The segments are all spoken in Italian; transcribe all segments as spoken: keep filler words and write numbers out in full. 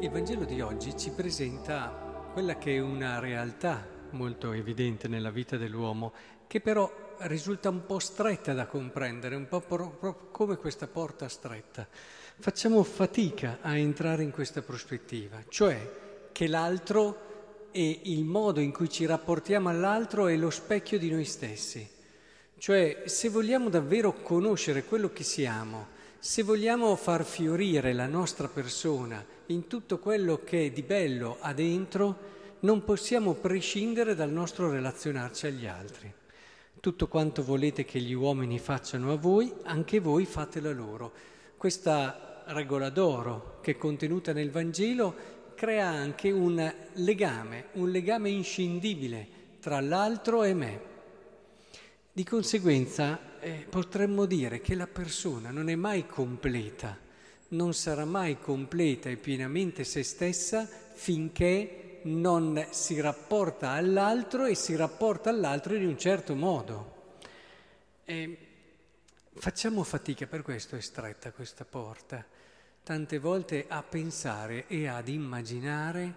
Il Vangelo di oggi ci presenta quella che è una realtà molto evidente nella vita dell'uomo, che però risulta un po' stretta da comprendere, un po' proprio come questa porta stretta. Facciamo fatica a entrare in questa prospettiva, cioè che l'altro e il modo in cui ci rapportiamo all'altro è lo specchio di noi stessi. Cioè, se vogliamo davvero conoscere quello che siamo, se vogliamo far fiorire la nostra persona in tutto quello che è di bello ha dentro, non possiamo prescindere dal nostro relazionarci agli altri. Tutto quanto volete che gli uomini facciano a voi, anche voi fatelo a loro. Questa regola d'oro che è contenuta nel Vangelo crea anche un legame, un legame inscindibile tra l'altro e me. Di conseguenza eh, potremmo dire che la persona non è mai completa, non sarà mai completa e pienamente se stessa finché non si rapporta all'altro e si rapporta all'altro in un certo modo. E facciamo fatica, per questo è stretta questa porta, tante volte a pensare e ad immaginare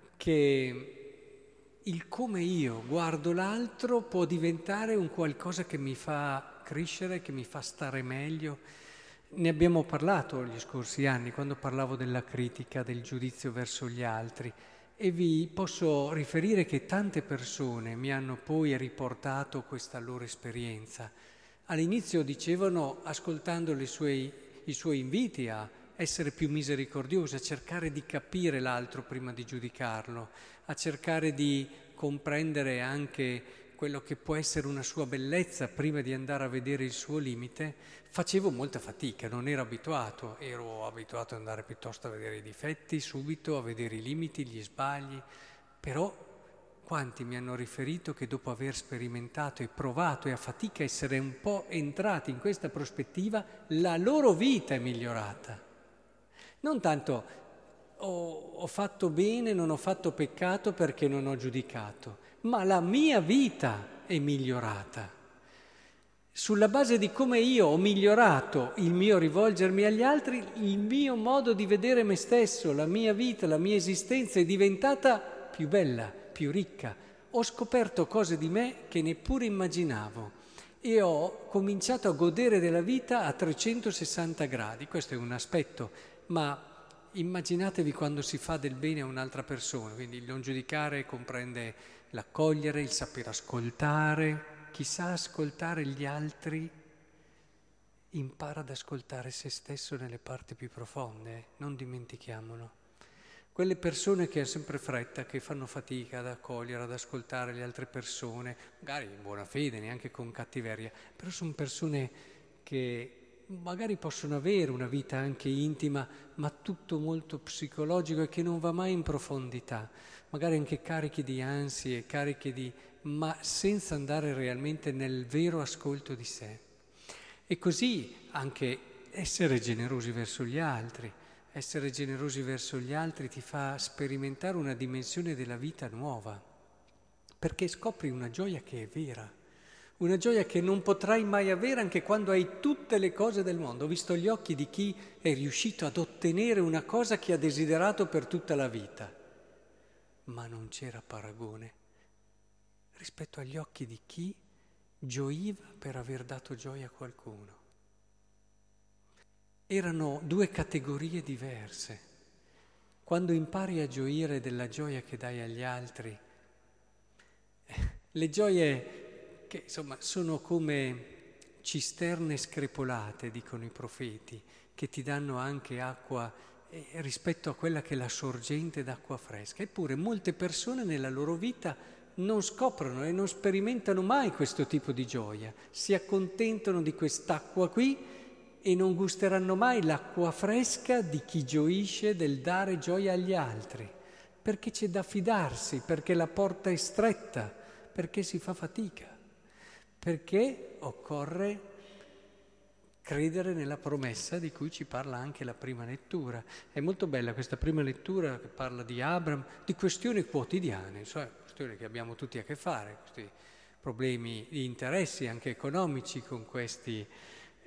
che il come io guardo l'altro può diventare un qualcosa che mi fa crescere, che mi fa stare meglio. Ne abbiamo parlato gli scorsi anni, quando parlavo della critica, del giudizio verso gli altri, e vi posso riferire che tante persone mi hanno poi riportato questa loro esperienza. All'inizio dicevano, ascoltando le sue, i suoi inviti a essere più misericordiosi, a cercare di capire l'altro prima di giudicarlo, a cercare di comprendere anche quello che può essere una sua bellezza prima di andare a vedere il suo limite, facevo molta fatica, non ero abituato, ero abituato ad andare piuttosto a vedere i difetti subito, a vedere i limiti, gli sbagli, però quanti mi hanno riferito che dopo aver sperimentato e provato e a fatica essere un po' entrati in questa prospettiva, la loro vita è migliorata. Non tanto ho, ho fatto bene, non ho fatto peccato perché non ho giudicato, ma la mia vita è migliorata. Sulla base di come io ho migliorato il mio rivolgermi agli altri, il mio modo di vedere me stesso, la mia vita, la mia esistenza è diventata più bella, più ricca. Ho scoperto cose di me che neppure immaginavo e ho cominciato a godere della vita a trecentosessanta gradi. Questo è un aspetto, ma immaginatevi quando si fa del bene a un'altra persona, quindi il non giudicare comprende l'accogliere, il saper ascoltare. Chi sa ascoltare gli altri impara ad ascoltare se stesso nelle parti più profonde, non dimentichiamolo. Quelle persone che hanno sempre fretta, che fanno fatica ad accogliere, ad ascoltare le altre persone, magari in buona fede, neanche con cattiveria, però sono persone che magari possono avere una vita anche intima, ma tutto molto psicologico e che non va mai in profondità, magari anche carichi di ansie, carichi di... ma senza andare realmente nel vero ascolto di sé. E così anche essere generosi verso gli altri, essere generosi verso gli altri ti fa sperimentare una dimensione della vita nuova, perché scopri una gioia che è vera. Una gioia che non potrai mai avere anche quando hai tutte le cose del mondo. Ho visto gli occhi di chi è riuscito ad ottenere una cosa che ha desiderato per tutta la vita, ma non c'era paragone rispetto agli occhi di chi gioiva per aver dato gioia a qualcuno. Erano due categorie diverse. Quando impari a gioire della gioia che dai agli altri, le gioie che insomma sono come cisterne screpolate, dicono i profeti, che ti danno anche acqua eh, rispetto a quella che è la sorgente d'acqua fresca. Eppure molte persone nella loro vita non scoprono e non sperimentano mai questo tipo di gioia, si accontentano di quest'acqua qui e non gusteranno mai l'acqua fresca di chi gioisce del dare gioia agli altri, perché c'è da fidarsi, perché la porta è stretta, perché si fa fatica. Perché occorre credere nella promessa di cui ci parla anche la prima lettura. È molto bella questa prima lettura che parla di Abram, di questioni quotidiane, cioè questioni che abbiamo tutti a che fare, questi problemi di interessi anche economici con questi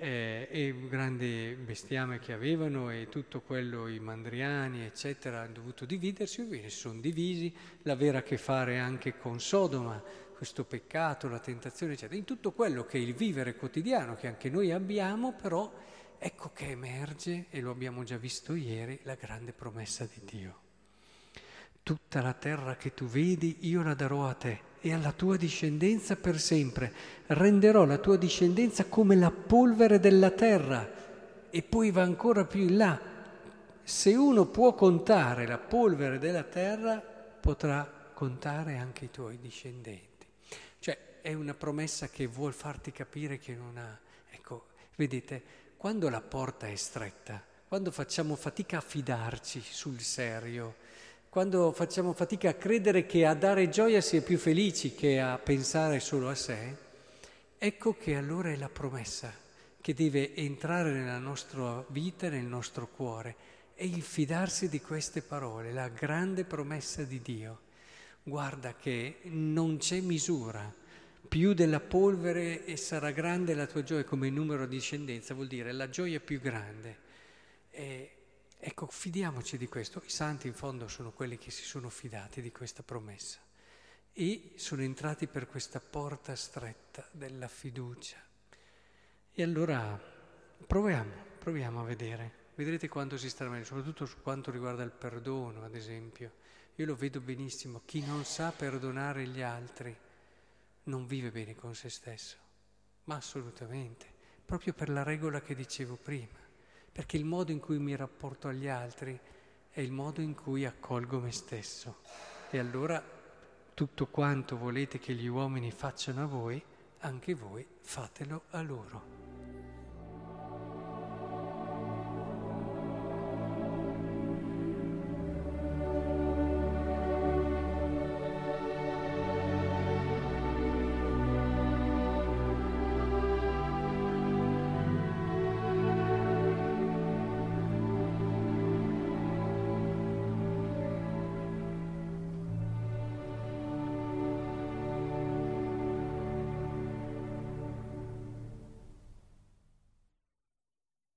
eh, e un grande bestiame che avevano e tutto quello, i Mandriani, eccetera, hanno dovuto dividersi, e si sono divisi, l'avere a che fare anche con Sodoma, questo peccato, la tentazione, eccetera. In tutto quello che è il vivere quotidiano, che anche noi abbiamo, però ecco che emerge, e lo abbiamo già visto ieri, la grande promessa di Dio. Tutta la terra che tu vedi io la darò a te e alla tua discendenza per sempre. Renderò la tua discendenza come la polvere della terra. E poi va ancora più in là. Se uno può contare la polvere della terra, potrà contare anche i tuoi discendenti. Cioè è una promessa che vuol farti capire che non ha... Ecco, vedete, quando la porta è stretta, quando facciamo fatica a fidarci sul serio, quando facciamo fatica a credere che a dare gioia si è più felici che a pensare solo a sé, ecco che allora è la promessa che deve entrare nella nostra vita, nel nostro cuore, è il fidarsi di queste parole, la grande promessa di Dio. Guarda che non c'è misura, più della polvere e sarà grande la tua gioia come numero di discendenza, vuol dire la gioia più grande. E, Ecco, fidiamoci di questo. I santi in fondo sono quelli che si sono fidati di questa promessa e sono entrati per questa porta stretta della fiducia. E allora proviamo, proviamo a vedere. Vedrete quanto si starà meglio, soprattutto su quanto riguarda il perdono, ad esempio. Io lo vedo benissimo, chi non sa perdonare gli altri non vive bene con se stesso, ma assolutamente, proprio per la regola che dicevo prima. Perché il modo in cui mi rapporto agli altri è il modo in cui accolgo me stesso. E allora tutto quanto volete che gli uomini facciano a voi, anche voi fatelo a loro.